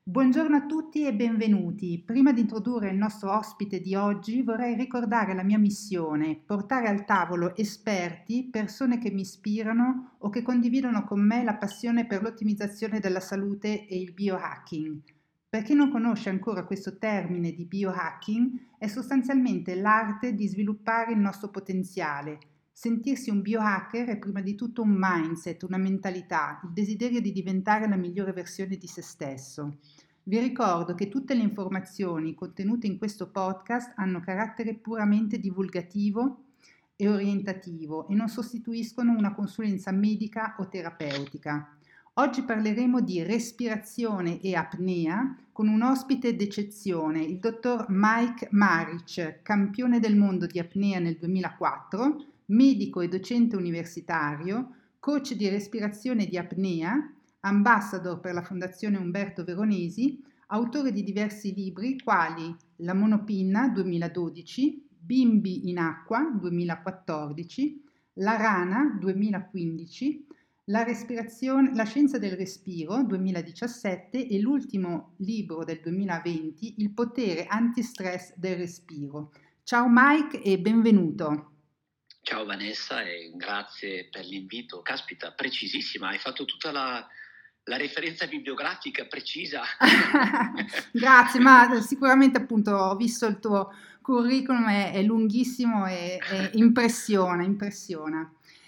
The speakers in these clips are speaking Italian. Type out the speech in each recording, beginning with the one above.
Buongiorno a tutti e benvenuti. Prima di introdurre il nostro ospite di oggi, vorrei ricordare la mia missione: portare al tavolo esperti, persone che mi ispirano o che condividono con me la passione per l'ottimizzazione della salute e il biohacking. Per chi non conosce ancora questo termine di biohacking, è sostanzialmente l'arte di sviluppare il nostro potenziale. Sentirsi un biohacker è prima di tutto un mindset, una mentalità, il desiderio di diventare la migliore versione di se stesso. Vi ricordo che tutte le informazioni contenute in questo podcast hanno carattere puramente divulgativo e orientativo e non sostituiscono una consulenza medica o terapeutica. Oggi parleremo di respirazione e apnea con un ospite d'eccezione, il dottor Mike Maric, campione del mondo di apnea nel 2004, medico e docente universitario, coach di respirazione e di apnea, ambassador per la Fondazione Umberto Veronesi, autore di diversi libri quali La monopinna 2012, Bimbi in acqua 2014, La rana 2015, la scienza del respiro 2017 e l'ultimo libro del 2020, Il potere antistress del respiro. Ciao Mike e benvenuto. Ciao Vanessa e grazie per l'invito. Caspita, precisissima, hai fatto tutta la referenza bibliografica precisa. Grazie, ma sicuramente appunto ho visto il tuo curriculum, è lunghissimo e impressiona.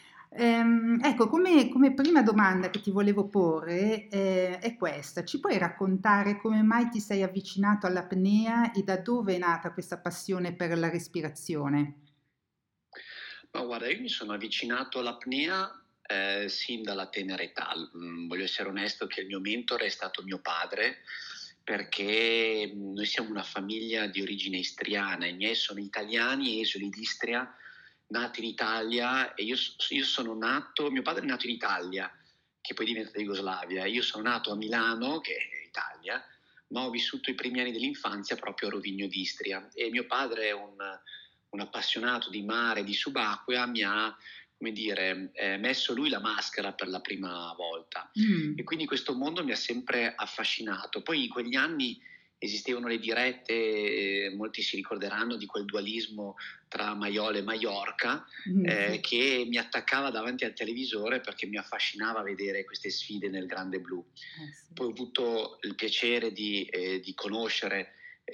Ecco, come prima domanda che ti volevo porre è questa: ci puoi raccontare come mai ti sei avvicinato all'apnea e da dove è nata questa passione per la respirazione? Ma guarda, io mi sono avvicinato all'apnea sin dalla tenera età. Voglio essere onesto che il mio mentore è stato mio padre, perché noi siamo una famiglia di origine istriana, i miei sono italiani, esuli d'Istria, nati in Italia e io sono nato, mio padre è nato in Italia, che poi diventa Jugoslavia, io sono nato a Milano, che è Italia, ma ho vissuto i primi anni dell'infanzia proprio a Rovigno d'Istria e mio padre è un appassionato di mare, di subacquea, mi ha, come dire, messo lui la maschera per la prima volta e Mm, quindi questo mondo mi ha sempre affascinato. Poi in quegli anni esistevano le dirette, molti si ricorderanno di quel dualismo tra Maiola e Maiorca, sì, che mi attaccava davanti al televisore perché mi affascinava vedere queste sfide nel grande blu. sì. Poi ho avuto il piacere di conoscere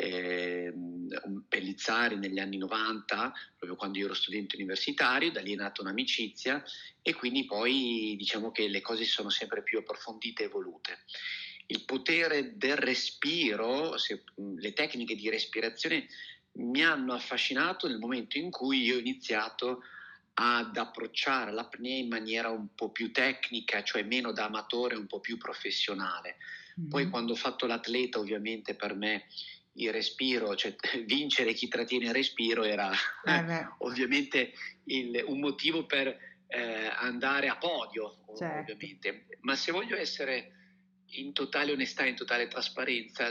Pellizzari negli anni 90, proprio quando io ero studente universitario, da lì è nata un'amicizia e quindi poi diciamo che le cose si sono sempre più approfondite e evolute. Il potere del respiro, le tecniche di respirazione mi hanno affascinato nel momento in cui io ho iniziato ad approcciare l'apnea in maniera un po' più tecnica, cioè meno da amatore, un po' più professionale. Poi Mhm. quando ho fatto l'atleta, ovviamente per me il respiro, cioè vincere chi trattiene il respiro era Beh, ovviamente un motivo per andare a podio, certo. ovviamente. Ma se voglio essere in totale onestà, in totale trasparenza,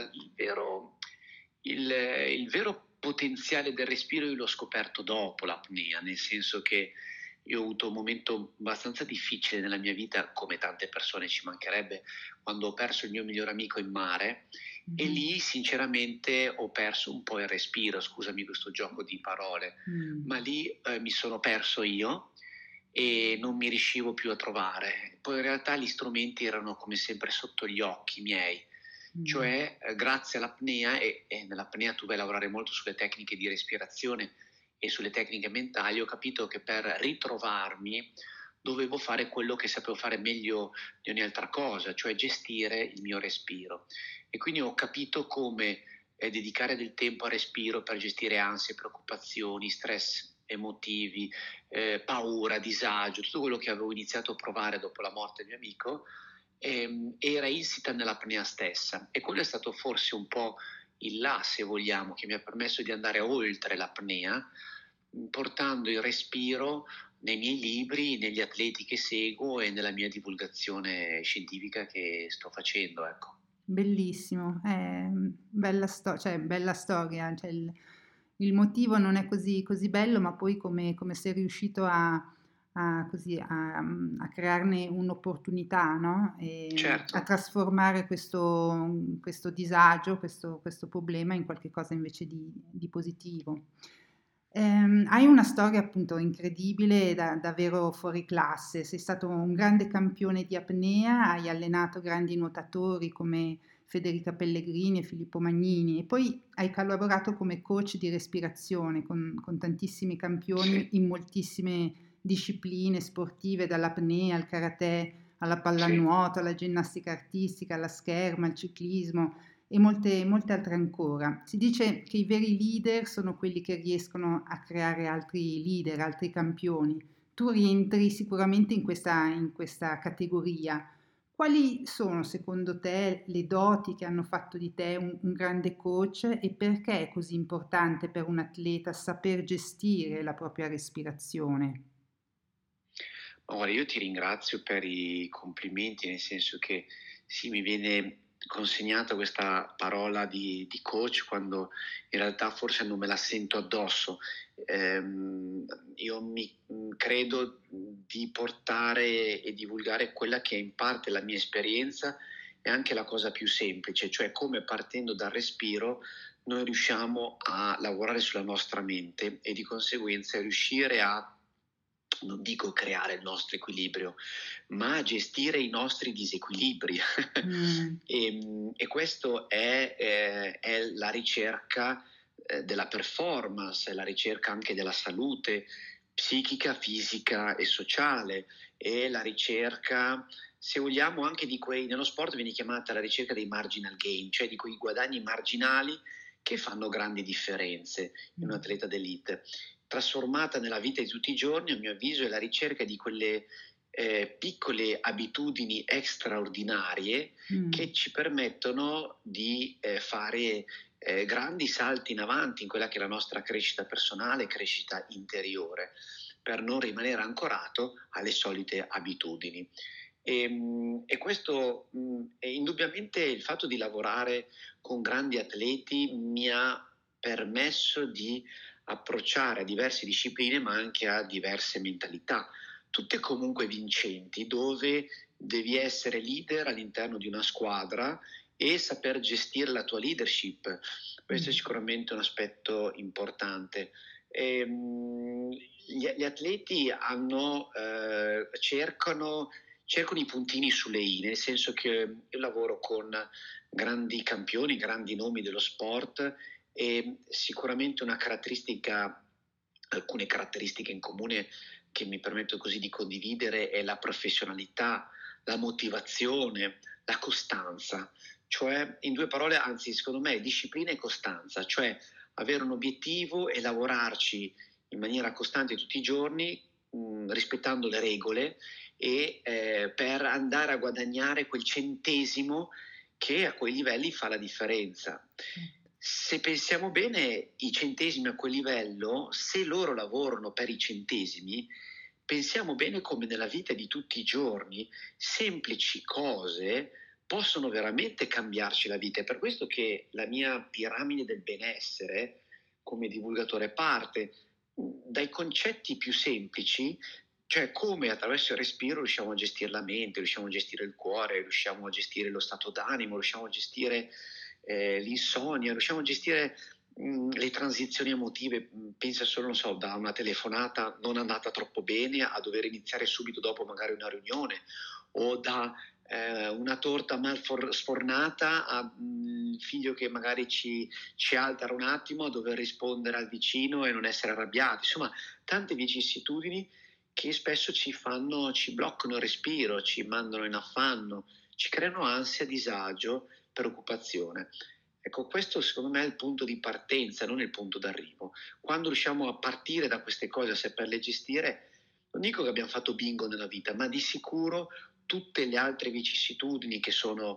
il vero potenziale del respiro io l'ho scoperto dopo l'apnea, nel senso che io ho avuto un momento abbastanza difficile nella mia vita, come tante persone ci mancherebbe, quando ho perso il mio migliore amico in mare e Mhm. lì sinceramente ho perso un po' il respiro, scusami questo gioco di parole, Mm. ma lì mi sono perso io e non mi riuscivo più a trovare. Poi in realtà gli strumenti erano come sempre sotto gli occhi miei, Mm. cioè grazie all'apnea e nell'apnea tu vai a lavorare molto sulle tecniche di respirazione e sulle tecniche mentali, ho capito che per ritrovarmi dovevo fare quello che sapevo fare meglio di ogni altra cosa, cioè gestire il mio respiro. E quindi ho capito come dedicare del tempo al respiro per gestire ansie, preoccupazioni, stress emotivi, paura, disagio, tutto quello che avevo iniziato a provare dopo la morte del mio amico, era insita nell'apnea stessa. E quello è stato forse un po' il là, se vogliamo, che mi ha permesso di andare oltre l'apnea, portando il respiro nei miei libri, negli atleti che seguo e nella mia divulgazione scientifica che sto facendo, ecco. Bellissimo, bella storia, il motivo non è così bello, ma poi come sei riuscito a a crearne un'opportunità, no? E a Certo. trasformare questo disagio, questo problema in qualche cosa invece di positivo. Hai una storia appunto incredibile, davvero fuori classe. Sei stato un grande campione di apnea, hai allenato grandi nuotatori come Federica Pellegrini e Filippo Magnini e poi hai collaborato come coach di respirazione con tantissimi campioni Sì, in moltissime discipline sportive, dall'apnea al karate, alla sì. pallanuoto, alla ginnastica artistica, alla scherma, al ciclismo e molte altre ancora. Si dice che i veri leader sono quelli che riescono a creare altri leader, altri campioni. Tu rientri sicuramente in questa categoria. Quali sono secondo te le doti che hanno fatto di te un grande coach e perché è così importante per un atleta saper gestire la propria respirazione? Ma guarda, io ti ringrazio per i complimenti, nel senso che sì, mi viene consegnata questa parola di coach quando in realtà forse non me la sento addosso. Io credo di portare e divulgare quella che è in parte la mia esperienza e anche la cosa più semplice, cioè come partendo dal respiro noi riusciamo a lavorare sulla nostra mente e di conseguenza riuscire a, non dico creare il nostro equilibrio, ma a gestire i nostri disequilibri. Mm, E questo è la ricerca della performance, è la ricerca anche della salute psichica, fisica e sociale, è la ricerca, se vogliamo, anche di quei, nello sport viene chiamata la ricerca dei marginal gain, cioè di quei guadagni marginali che fanno grandi differenze in un mm, atleta d'elite. Trasformata nella vita di tutti i giorni, a mio avviso, è la ricerca di quelle piccole abitudini straordinarie mm. che ci permettono di fare grandi salti in avanti in quella che è la nostra crescita personale, crescita interiore, per non rimanere ancorato alle solite abitudini. E questo è indubbiamente il fatto di lavorare con grandi atleti mi ha permesso di approcciare a diverse discipline ma anche a diverse mentalità, tutte comunque vincenti, dove devi essere leader all'interno di una squadra e saper gestire la tua leadership. Questo è Mm. sicuramente un aspetto importante. Gli atleti cercano i puntini sulle i, nel senso che io lavoro con grandi campioni, grandi nomi dello sport e sicuramente alcune caratteristiche in comune che mi permetto così di condividere è la professionalità, la motivazione, la costanza, cioè in due parole, anzi secondo me disciplina e costanza, cioè avere un obiettivo e lavorarci in maniera costante tutti i giorni, rispettando le regole e per andare a guadagnare quel centesimo che a quei livelli fa la differenza. Certo. Se pensiamo bene, i centesimi a quel livello, se loro lavorano per i centesimi, pensiamo bene come nella vita di tutti i giorni, semplici cose possono veramente cambiarci la vita. È per questo che la mia piramide del benessere, come divulgatore, parte dai concetti più semplici, cioè come attraverso il respiro riusciamo a gestire la mente, riusciamo a gestire il cuore, riusciamo a gestire lo stato d'animo, riusciamo a gestire l'insonnia, riusciamo a gestire le transizioni emotive. Pensa solo, non so, da una telefonata non andata troppo bene a dover iniziare subito dopo magari una riunione, o da una torta sfornata a il figlio che magari ci altera un attimo a dover rispondere al vicino e non essere arrabbiati. Insomma, tante vicissitudini che spesso ci bloccano il respiro, ci mandano in affanno, ci creano ansia, disagio, preoccupazione. Ecco, questo secondo me è il punto di partenza, non il punto d'arrivo. Quando riusciamo a partire da queste cose, a saperle gestire, non dico che abbiamo fatto bingo nella vita, ma di sicuro tutte le altre vicissitudini che sono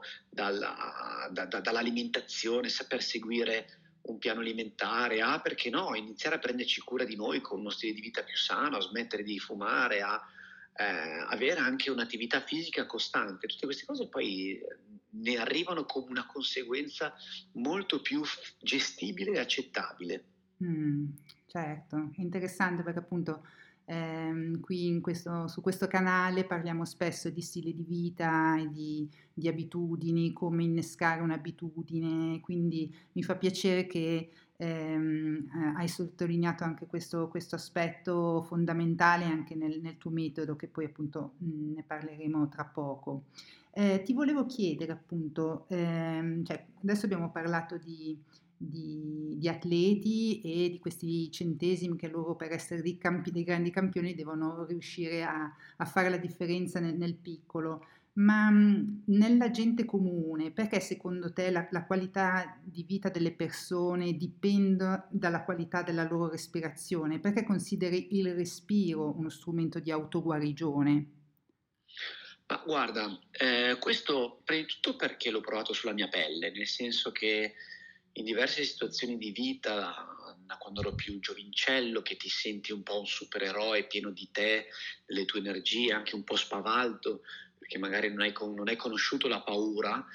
dall'alimentazione, saper seguire un piano alimentare, perché no, iniziare a prenderci cura di noi con uno stile di vita più sano, a smettere di fumare, a avere anche un'attività fisica costante. Tutte queste cose poi ne arrivano come una conseguenza molto più gestibile e accettabile. Certo, è interessante perché appunto Qui su questo canale parliamo spesso di stile di vita e di abitudini, come innescare un'abitudine, quindi mi fa piacere che hai sottolineato anche questo aspetto fondamentale anche nel tuo metodo, che poi appunto ne parleremo tra poco. Ti volevo chiedere appunto, cioè, adesso abbiamo parlato di atleti e di questi centesimi che loro per essere dei grandi campioni devono riuscire a fare la differenza nel piccolo. Ma nella gente comune, perché secondo te la qualità di vita delle persone dipende dalla qualità della loro respirazione? Perché consideri il respiro uno strumento di autoguarigione? Ma guarda, questo prima di tutto perché l'ho provato sulla mia pelle, nel senso che in diverse situazioni di vita, da quando ero più giovincello, che ti senti un po' un supereroe pieno di te, delle tue energie, anche un po' spavaldo, perché magari non hai conosciuto la paura,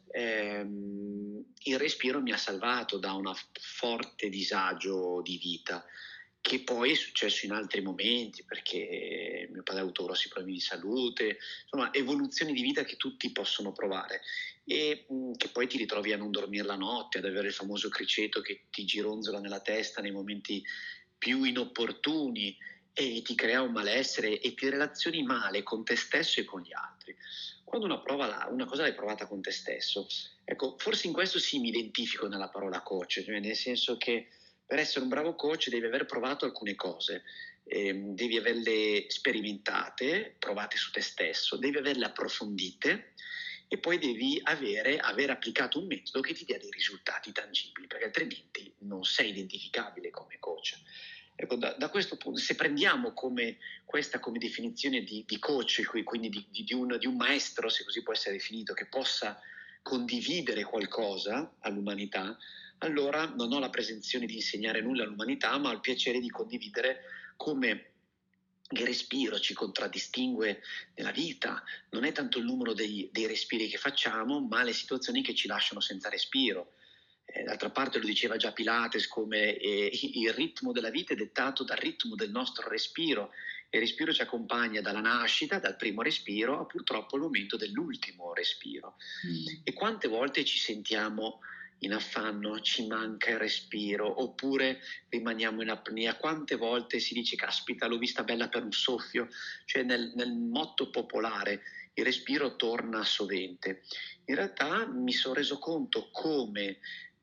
il respiro mi ha salvato da un forte disagio di vita, che poi è successo in altri momenti, perché mio padre ha avuto grossi problemi di salute, insomma, evoluzioni di vita che tutti possono provare e che poi ti ritrovi a non dormire la notte, ad avere il famoso criceto che ti gironzola nella testa nei momenti più inopportuni e ti crea un malessere e ti relazioni male con te stesso e con gli altri. Quando una cosa l'hai provata con te stesso, ecco, forse in questo sì mi identifico nella parola coach, cioè nel senso che per essere un bravo coach devi aver provato alcune cose, devi averle sperimentate, provate su te stesso, devi averle approfondite e poi devi aver applicato un metodo che ti dia dei risultati tangibili, perché altrimenti non sei identificabile come coach. Ecco, da questo punto, se prendiamo questa come definizione di coach, quindi di un maestro, se così può essere definito, che possa condividere qualcosa all'umanità, allora non ho la presunzione di insegnare nulla all'umanità, ma ho il piacere di condividere come il respiro ci contraddistingue nella vita. Non è tanto il numero dei respiri che facciamo, ma le situazioni che ci lasciano senza respiro. D'altra parte lo diceva già Pilates, come il ritmo della vita è dettato dal ritmo del nostro respiro. Il respiro ci accompagna dalla nascita, dal primo respiro, a purtroppo il momento dell'ultimo respiro. Mm. E quante volte ci sentiamo in affanno, ci manca il respiro, oppure rimaniamo in apnea. Quante volte si dice, caspita, l'ho vista bella per un soffio, cioè nel motto popolare il respiro torna sovente. In realtà mi sono reso conto come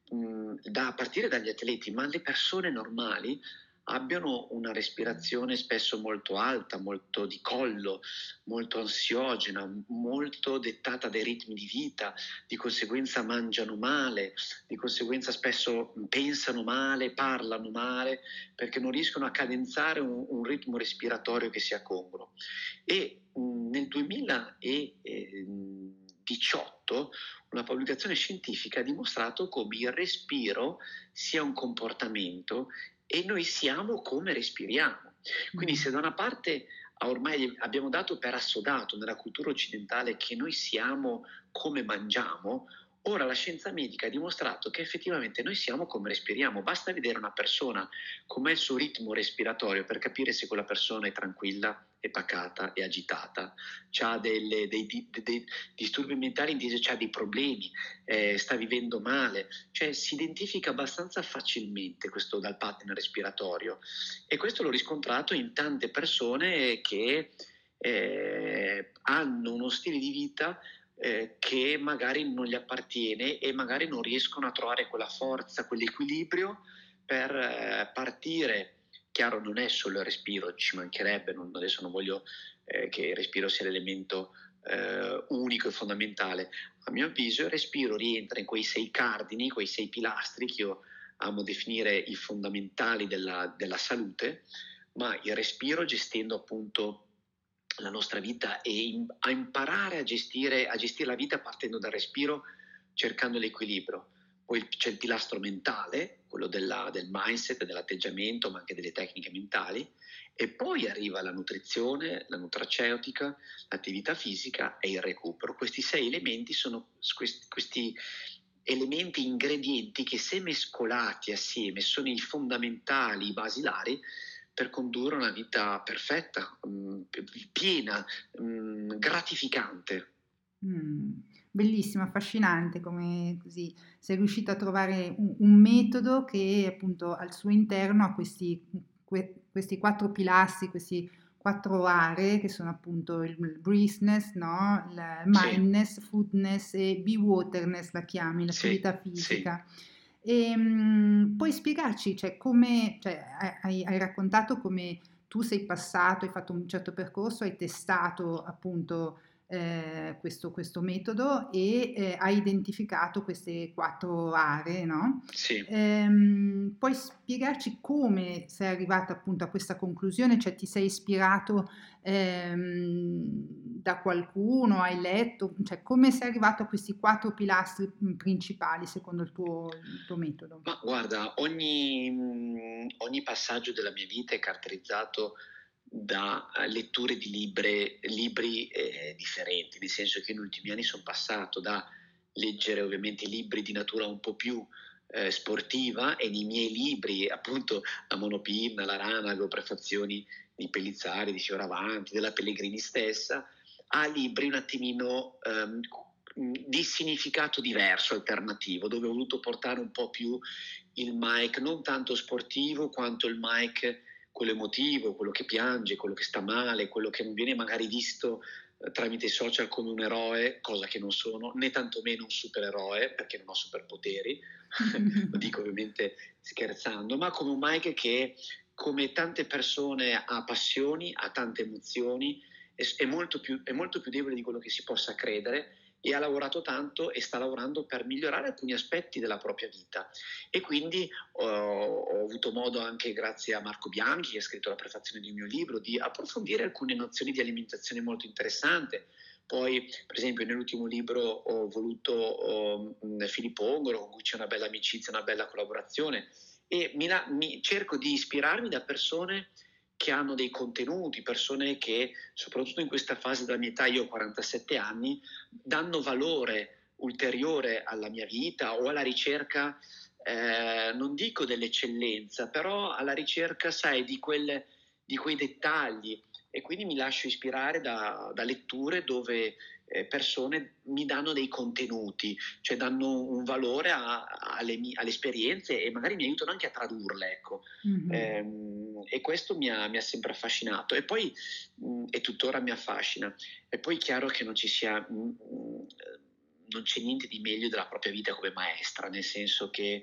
a partire dagli atleti, ma le persone normali abbiano una respirazione spesso molto alta, molto di collo, molto ansiogena, molto dettata dai ritmi di vita, di conseguenza mangiano male, di conseguenza spesso pensano male, parlano male, perché non riescono a cadenzare un ritmo respiratorio che sia congruo. E nel 2018 una pubblicazione scientifica ha dimostrato come il respiro sia un comportamento e noi siamo come respiriamo. Quindi Mm. se da una parte ormai abbiamo dato per assodato nella cultura occidentale che noi siamo come mangiamo, ora la scienza medica ha dimostrato che effettivamente noi siamo come respiriamo. Basta vedere una persona com'è il suo ritmo respiratorio per capire se quella persona è tranquilla, è pacata, è agitata, ha dei disturbi mentali, ha dei problemi, sta vivendo male, cioè si identifica abbastanza facilmente questo dal pattern respiratorio e questo l'ho riscontrato in tante persone che hanno uno stile di vita che magari non gli appartiene e magari non riescono a trovare quella forza, quell'equilibrio per partire. Chiaro, non è solo il respiro, ci mancherebbe, adesso non voglio che il respiro sia l'elemento unico e fondamentale. A mio avviso il respiro rientra in quei 6 cardini, quei 6 pilastri che io amo definire i fondamentali della salute, ma il respiro gestendo appunto la nostra vita e a imparare a gestire la vita partendo dal respiro, cercando l'equilibrio. Poi c'è il pilastro mentale, quello del mindset, dell'atteggiamento, ma anche delle tecniche mentali, e poi arriva la nutrizione, la nutraceutica, l'attività fisica e il recupero. Questi 6 elementi sono questi elementi, ingredienti che se mescolati assieme sono i fondamentali, i basilari per condurre una vita perfetta, piena, gratificante. Mh, bellissimo, affascinante come così sei riuscito a trovare un metodo che appunto al suo interno ha questi 4 pilastri, questi 4 aree che sono appunto il breathness, no, il Sì, mindness, foodness e be-waterness la chiami, sì, l'attività sì. fisica. Puoi spiegarci, cioè come cioè hai raccontato come tu sei passato, hai fatto un certo percorso, hai testato appunto questo metodo e hai identificato queste 4 aree, no? Sì. Puoi spiegarci come sei arrivata appunto a questa conclusione? Cioè ti sei ispirato da qualcuno, hai letto, cioè come sei arrivato a questi 4 pilastri principali secondo il tuo metodo? Ma guarda, ogni passaggio della mia vita è caratterizzato da letture di libri differenti, nel senso che negli ultimi anni son passato da leggere ovviamente libri di natura un po' più sportiva, e nei miei libri appunto la Monopinna, la Rana, avevo prefazioni di Pellizzari, di Fioravanti, della Pellegrini stessa, a libri un attimino di significato diverso, alternativo, dove ho voluto portare un po' più il Mike non tanto sportivo quanto il Mike quello emotivo, quello che piange, quello che sta male, quello che non viene magari visto tramite i social come un eroe, cosa che non sono, né tantomeno un supereroe, perché non ho superpoteri, lo dico ovviamente scherzando, ma come un Mike che, come tante persone, ha passioni, ha tante emozioni, è molto più debole di quello che si possa credere, e ha lavorato tanto e sta lavorando per migliorare alcuni aspetti della propria vita. E quindi ho avuto modo, anche grazie a Marco Bianchi, che ha scritto la prefazione di un mio libro, di approfondire alcune nozioni di alimentazione molto interessante. Poi, per esempio, nell'ultimo libro ho voluto Filippo Ongoro, con cui c'è una bella amicizia, una bella collaborazione, e cerco di ispirarmi da persone che hanno dei contenuti, persone che, soprattutto in questa fase della mia età, io ho 47 anni, danno valore ulteriore alla mia vita o alla ricerca, non dico dell'eccellenza, però alla ricerca, sai, di quei dettagli. E quindi mi lascio ispirare da letture dove persone mi danno dei contenuti, cioè danno un valore alle esperienze, e magari mi aiutano anche a tradurle, ecco. Mh-mh. E questo mi ha sempre affascinato, e poi e tuttora mi affascina. E poi è chiaro che non c'è niente di meglio della propria vita come maestra, nel senso che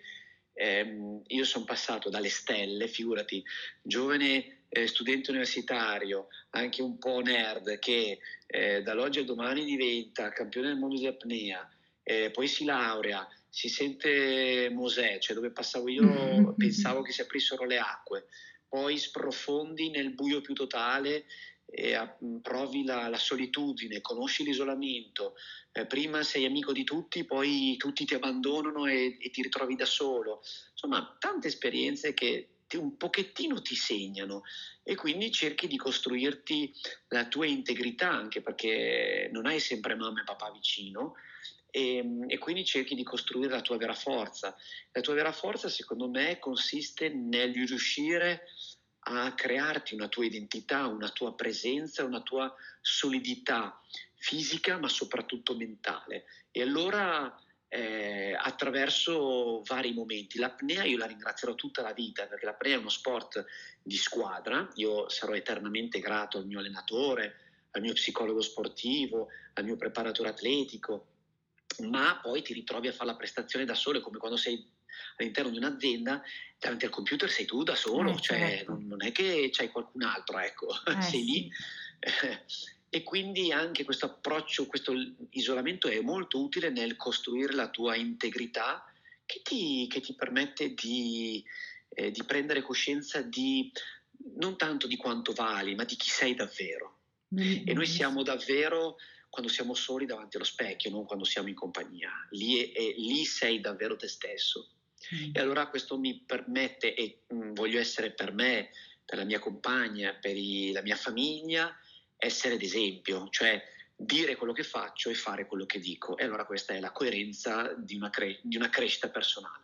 io sono passato dalle stelle, figurati, giovane studente universitario, anche un po' nerd, che dall'oggi al domani diventa campione del mondo di apnea, poi si laurea, si sente Mosè, cioè dove passavo io pensavo che si aprissero le acque, poi sprofondi nel buio più totale e provi la solitudine, conosci l'isolamento, prima sei amico di tutti, poi tutti ti abbandonano e ti ritrovi da solo. Insomma, tante esperienze che un pochettino ti segnano, e quindi cerchi di costruirti la tua integrità, anche perché non hai sempre mamma e papà vicino, e quindi cerchi di costruire la tua vera forza. La tua vera forza, secondo me, consiste nel riuscire a crearti una tua identità, una tua presenza, una tua solidità fisica, ma soprattutto mentale. E allora attraverso vari momenti. L'apnea io la ringrazierò tutta la vita, perché l'apnea è uno sport di squadra. Io sarò eternamente grato al mio allenatore, al mio psicologo sportivo, al mio preparatore atletico, ma poi ti ritrovi a fare la prestazione da solo, come quando sei all'interno di un'azienda, davanti al computer sei tu da solo, cioè Certo. non è che c'hai qualcun altro, ecco, sei lì. Sì. eh, e quindi anche questo approccio, questo isolamento è molto utile nel costruire la tua integrità, che ti permette di prendere coscienza di non tanto di quanto vali, ma di chi sei davvero. E noi siamo Bellissimo. davvero quando siamo soli davanti allo specchio, non quando siamo in compagnia. Lì sei davvero te stesso. Mh. E allora questo mi permette, e voglio essere per me, per la mia compagna, per la mia famiglia, essere d'esempio, cioè dire quello che faccio e fare quello che dico. E allora questa è la coerenza di una crescita personale. Ecco.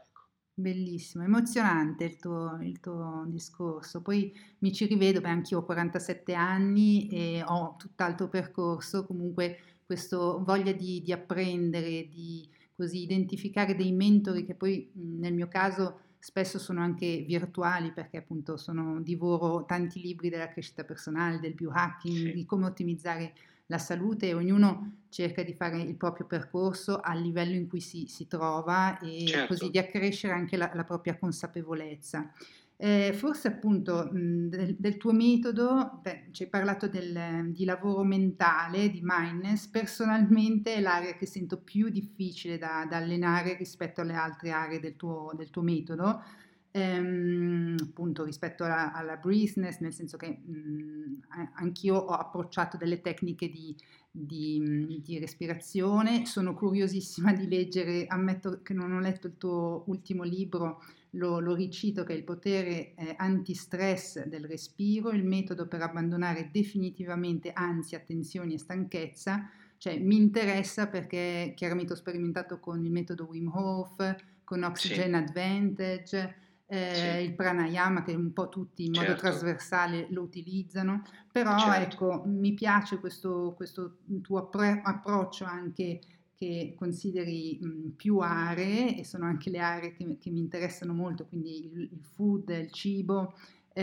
Bellissimo, emozionante il tuo discorso. Poi mi ci rivedo, beh, anch'io ho 47 anni e ho tutt'altro percorso, comunque questo voglia di apprendere, di così identificare dei mentori che poi nel mio caso spesso sono anche virtuali perché appunto divoro tanti libri della crescita personale, del biohacking, Sì, di come ottimizzare la salute e ognuno cerca di fare il proprio percorso al livello in cui si trova e così certo. di accrescere anche la propria consapevolezza. Forse appunto del tuo metodo, beh, ci hai parlato di lavoro mentale, di mindness, personalmente è l'area che sento più difficile da allenare rispetto alle altre aree del tuo metodo, appunto rispetto alla breathness, nel senso che anch'io ho approcciato delle tecniche di respirazione. Sono curiosissima di leggere, ammetto che non ho letto il tuo ultimo libro, lo ricito, che è Il potere antistress del respiro, il metodo per abbandonare definitivamente ansia, tensioni e stanchezza. Cioè, mi interessa perché chiaramente ho sperimentato con il metodo Wim Hof, con Oxygen Sì, Advantage, sì, il pranayama che un po' tutti in modo certo, trasversale lo utilizzano, però certo. ecco, mi piace questo tuo approccio anche che consideri più aree e sono anche le aree che mi interessano molto, quindi il food, il cibo,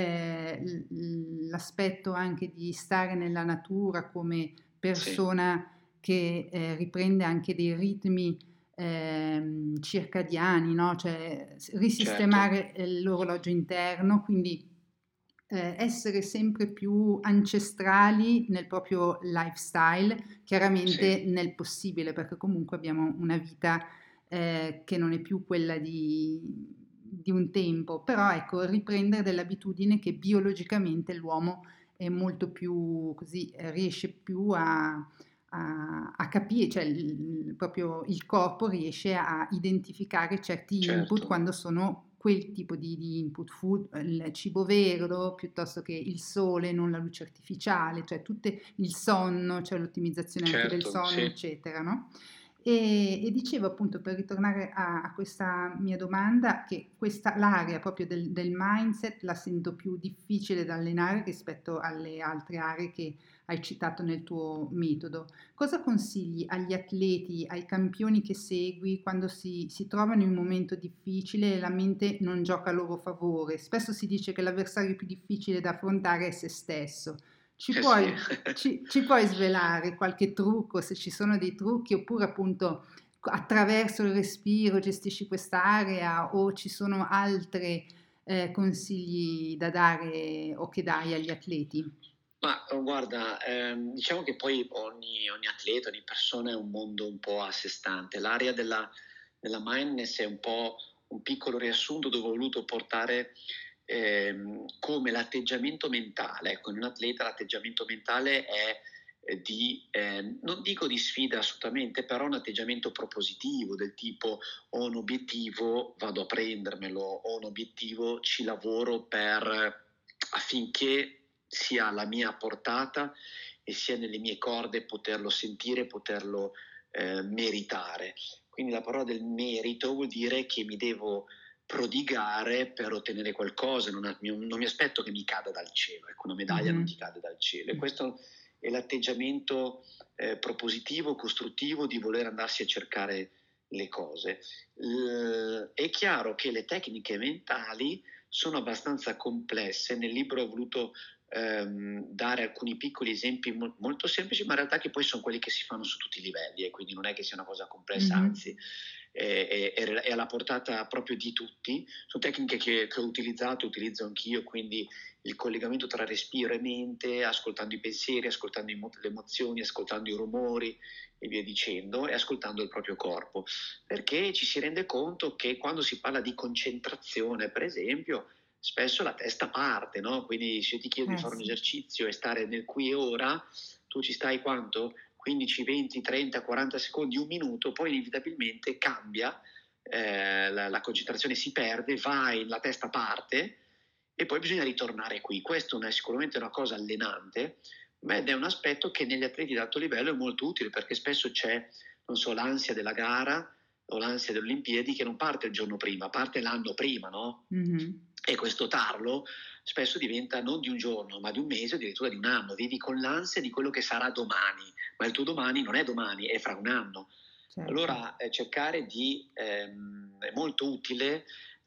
l'aspetto anche di stare nella natura come Sì, persona che riprende anche dei ritmi circadiani, no? Cioè certo. risistemare l'orologio interno, quindi essere sempre più ancestrali nel proprio lifestyle, Sì, chiaramente nel possibile, perché comunque abbiamo una vita che non è più quella di un tempo, però ecco, riprendere dell'abitudine che biologicamente l'uomo è molto più così, riesce più a capire, cioè proprio il corpo riesce a identificare certi input certo, quando sono quel tipo di input, food, il cibo vero piuttosto che il sole, non la luce artificiale, cioè tutte il sonno, cioè l'ottimizzazione anche del certo, sonno, sì, eccetera, no? E dicevo appunto per ritornare a questa mia domanda che l'area proprio del mindset la sento più difficile da allenare rispetto alle altre aree che hai citato nel tuo metodo. Cosa consigli agli atleti, ai campioni che segui quando si trovano in un momento difficile e la mente non gioca a loro favore? Spesso si dice che l'avversario più difficile da affrontare è se stesso. Ci eh sì. puoi, ci puoi svelare qualche trucco, se ci sono dei trucchi, oppure appunto attraverso il respiro gestisci quest'area o ci sono altri consigli da dare o che dai agli atleti? Ma guarda, diciamo che poi ogni atleta, ogni persona è un mondo un po' a sé stante. L'area della mindness è un po' un piccolo riassunto dove ho voluto portare come l'atteggiamento mentale. Ecco, in un atleta l'atteggiamento mentale è non dico di sfida assolutamente, però un atteggiamento propositivo del tipo ho un obiettivo, vado a prendermelo, ho un obiettivo, ci lavoro affinché sia alla mia portata e sia nelle mie corde poterlo sentire, poterlo meritare. Quindi la parola del merito vuol dire che mi devo prodigare per ottenere qualcosa, non mi aspetto che mi cada dal cielo, ecco, una medaglia non ti Mhm. cade dal cielo e questo è l'atteggiamento propositivo, costruttivo di voler andarsi a cercare le cose. È chiaro che le tecniche mentali sono abbastanza complesse. Nel libro ho voluto dare alcuni piccoli esempi molto semplici, ma in realtà che poi sono quelli che si fanno su tutti i livelli e quindi non è che sia una cosa complessa, Mhm. anzi è alla portata proprio di tutti. Sono tecniche che ho utilizzato, utilizzo anch'io, quindi il collegamento tra respiro e mente, ascoltando i pensieri, ascoltando le emozioni, ascoltando i rumori e via dicendo, e ascoltando il proprio corpo, perché ci si rende conto che quando si parla di concentrazione, per esempio, spesso la testa parte, no? Quindi se ti chiedo di fare un Sì. esercizio e stare nel qui e ora, tu ci stai quanto? 15, 20, 30, 40 secondi, un minuto, poi inevitabilmente cambia, la concentrazione si perde, la testa parte e poi bisogna ritornare qui. Questo è sicuramente una cosa allenante, ma ed è un aspetto che negli atleti di alto livello è molto utile perché spesso c'è, non so, l'ansia della gara, o l'ansia delle Olimpiadi, che non parte il giorno prima, parte l'anno prima, no? Mhm. E questo tarlo spesso diventa non di un giorno, ma di un mese, o addirittura di un anno. Vivi con l'ansia di quello che sarà domani, ma il tuo domani non è domani, è fra un anno. Certo. Allora cercare di, è molto utile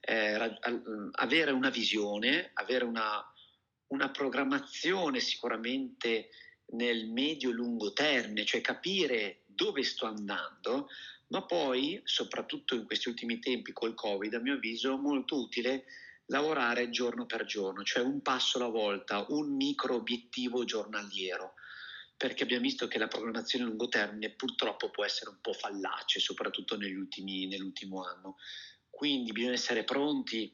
avere una visione, avere una programmazione sicuramente nel medio-lungo termine, cioè capire dove sto andando, ma poi, soprattutto in questi ultimi tempi col Covid, a mio avviso, molto utile lavorare giorno per giorno, cioè un passo alla volta, un micro obiettivo giornaliero, perché abbiamo visto che la programmazione a lungo termine purtroppo può essere un po' fallace, soprattutto nell'ultimo anno. Quindi bisogna essere pronti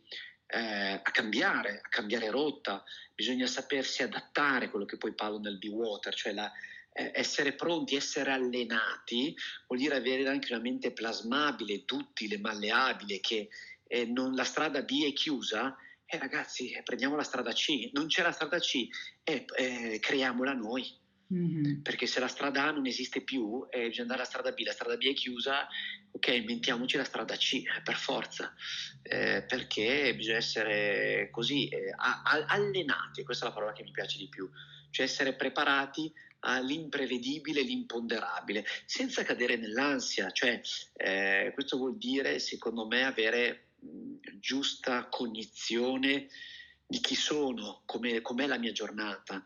a cambiare rotta, bisogna sapersi adattare, quello che poi parlo nel Be Water, cioè essere pronti, essere allenati, vuol dire avere anche una mente plasmabile, duttile, malleabile, che la strada B è chiusa, ragazzi, prendiamo la strada C, non c'è la strada C, creiamola noi. Mhm. Perché se la strada A non esiste più, bisogna andare alla strada B, la strada B è chiusa, ok, inventiamoci la strada C, per forza, perché bisogna essere così allenati, questa è la parola che mi piace di più, cioè essere preparati all'imprevedibile, l'imponderabile, senza cadere nell'ansia, cioè questo vuol dire, secondo me, avere giusta cognizione di chi sono, com'è la mia giornata,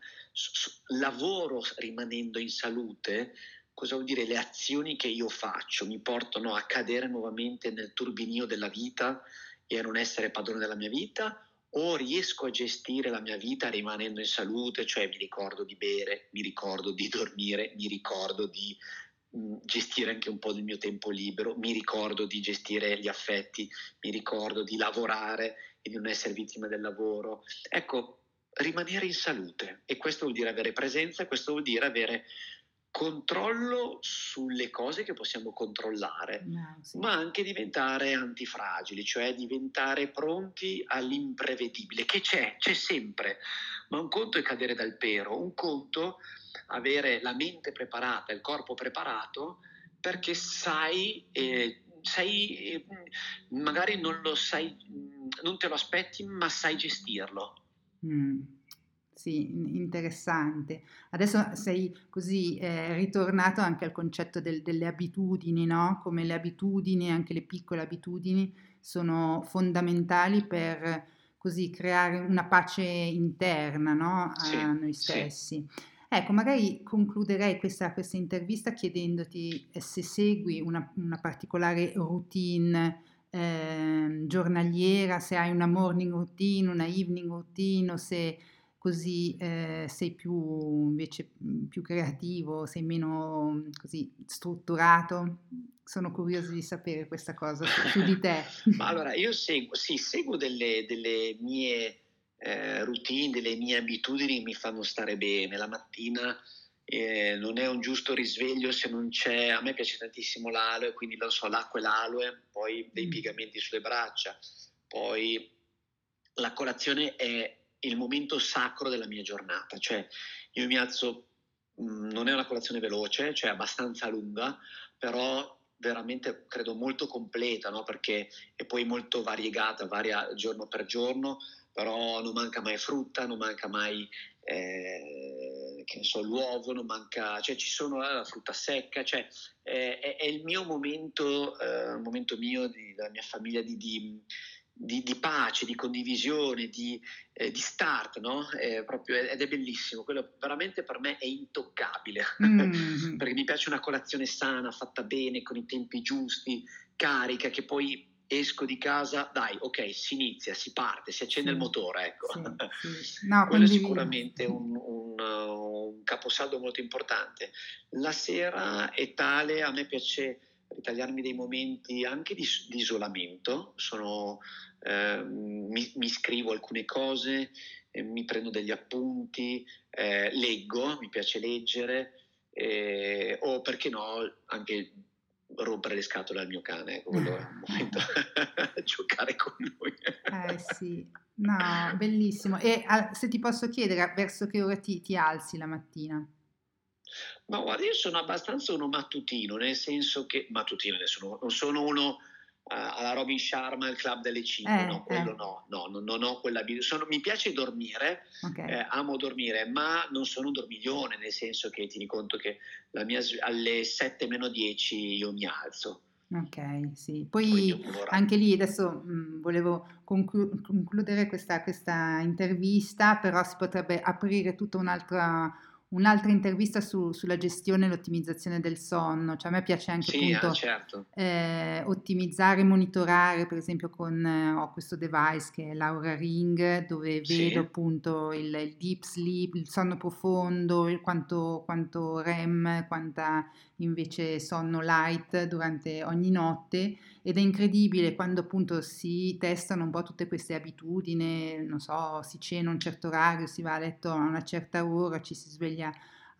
lavoro rimanendo in salute, cosa vuol dire? Le azioni che io faccio mi portano a cadere nuovamente nel turbinio della vita e a non essere padrone della mia vita, o riesco a gestire la mia vita rimanendo in salute, cioè mi ricordo di bere, mi ricordo di dormire, mi ricordo di gestire anche un po' del mio tempo libero, mi ricordo di gestire gli affetti, mi ricordo di lavorare e di non essere vittima del lavoro. Ecco, rimanere in salute, e questo vuol dire avere presenza, questo vuol dire avere controllo sulle cose che possiamo controllare, No, sì. ma anche diventare antifragili, cioè diventare pronti all'imprevedibile, che c'è sempre, ma un conto è cadere dal pero, un conto avere la mente preparata, il corpo preparato, perché magari non lo sai, non te lo aspetti, ma sai gestirlo. Mh. Sì, interessante. Adesso sei così, ritornato anche al concetto delle abitudini, no, come le abitudini, anche le piccole abitudini, sono fondamentali per così creare una pace interna, no, a Sì, noi sì. stessi. Ecco, magari concluderei questa intervista chiedendoti, se segui una particolare routine, giornaliera, se hai una morning routine, una evening routine o se così sei più invece più creativo, sei meno così strutturato. Sono curiosa di sapere questa cosa su di te. Ma allora io seguo delle mie routine, delle mie abitudini che mi fanno stare bene. La mattina non è un giusto risveglio se non c'è, a me piace tantissimo l'aloe, quindi lo so, l'acqua e l'aloe, poi dei Mh. piegamenti sulle braccia, poi la colazione è il momento sacro della mia giornata, cioè io mi alzo, non è una colazione veloce, cioè abbastanza lunga, però veramente credo molto completa, no? Perché è poi molto variegata, varia giorno per giorno, però non manca mai frutta, non manca mai che ne so, l'uovo, non manca, cioè ci sono la frutta secca, cioè è il mio momento, il momento mio, della mia famiglia, di pace, di condivisione, di start, no? Ed è bellissimo, quello veramente per me è intoccabile, Mh-mh. perché mi piace una colazione sana, fatta bene, con i tempi giusti, carica, che poi esco di casa, dai, ok, si inizia, si parte, si accende il Sì, motore, ecco. sì, sì. No, Quello è condivido. sicuramente un caposaldo molto importante. La sera è tale, a me piace ritagliarmi dei momenti anche di isolamento, mi scrivo alcune cose, mi prendo degli appunti, leggo, mi piace leggere, o perché no, anche rompere le scatole al mio cane, ecco, quello è un momento giocare con lui. Eh sì, no, bellissimo. E se ti posso chiedere, verso che ora ti alzi la mattina? Ma guarda, io sono abbastanza uno mattutino, nel senso che mattutino adesso non sono uno, alla Robin Sharma, il club delle 5, no, quello no, no, non ho mi piace dormire, Okay, amo dormire, ma non sono un dormiglione, nel senso che tieni conto che la mia s alle 7 meno 10 io mi alzo, okay, sì. quindi Poi 1 ora. anche lì adesso, volevo concludere questa intervista, però si potrebbe aprire tutta un'altra intervista sulla gestione e l'ottimizzazione del sonno. Cioè a me piace anche Sì, appunto, certo. ottimizzare e monitorare, per esempio ho questo device che è l'Oura Ring, dove vedo Sì, appunto il deep sleep, il sonno profondo, il quanto REM, quanta invece sonno light durante ogni notte, ed è incredibile quando appunto si testano un po' tutte queste abitudini, non so, si cena a un certo orario, si va a letto a una certa ora, ci si sveglia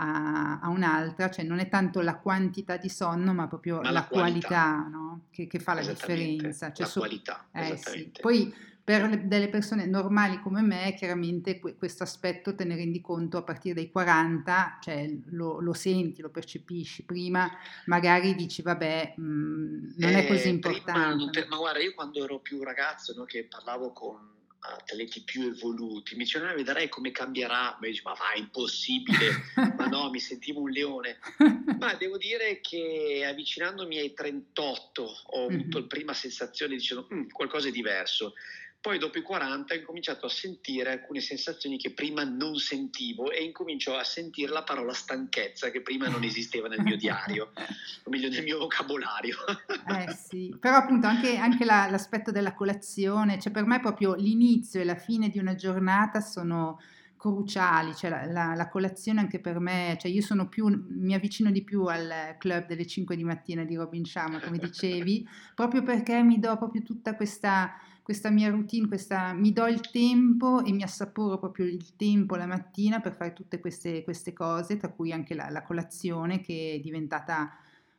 a un'altra, cioè non è tanto la quantità di sonno, ma proprio ma la la qualità, qualità, no? Che fa la esattamente, differenza. Cioè, la qualità, sì. esattamente. Poi per delle persone normali come me, chiaramente questo aspetto te ne rendi conto a partire dai 40, cioè lo senti, lo percepisci. Prima magari dici, vabbè, non è così Prima non importante, te no? ma guarda, io quando ero più ragazzo, no, che parlavo con atleti più evoluti, mi dicevano: vedrai come cambierà." Ma io dicevo: "Ma vai, impossibile." Ma no, mi sentivo un leone. Ma devo dire che avvicinandomi ai 38 ho avuto Mh-mh. la prima sensazione dicendo: qualcosa è diverso." Poi dopo i 40 ho incominciato a sentire alcune sensazioni che prima non sentivo e incomincio a sentire la parola stanchezza che prima non esisteva nel mio diario, o meglio nel mio vocabolario. Eh sì, però appunto anche l'aspetto della colazione, cioè per me proprio l'inizio e la fine di una giornata sono cruciali, cioè la colazione anche per me, cioè io sono più, mi avvicino di più al club delle 5 di mattina di Robin Sharma, come dicevi, proprio perché mi do proprio tutta questa mia routine, mi do il tempo e mi assaporo proprio il tempo la mattina per fare tutte queste cose, tra cui anche la colazione che è diventata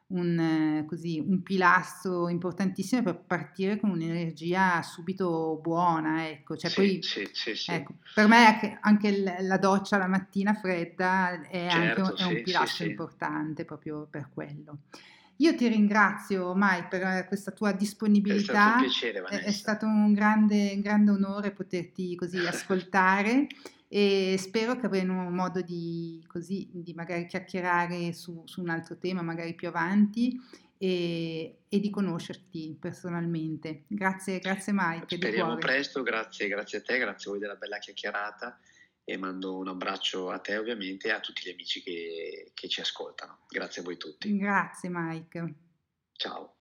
un pilastro importantissimo per partire con un'energia subito buona, ecco. Cioè Sì, poi, sì, sì, sì. ecco, per me anche la doccia la mattina fredda è anche Certo, è un sì, sì, pilastro sì. importante proprio per quello. Io ti ringrazio Mai per questa tua È stato un disponibilità, piacere, è Vanessa. stato un grande onore poterti così ascoltare, e spero che avremo modo di magari chiacchierare su un altro tema, magari più avanti, e di conoscerti personalmente. Grazie Mike, di Speriamo cuore. presto, grazie a te, grazie a voi della bella chiacchierata e mando un abbraccio a te ovviamente e a tutti gli amici che ci ascoltano. Grazie a voi tutti. Grazie Mike. Ciao.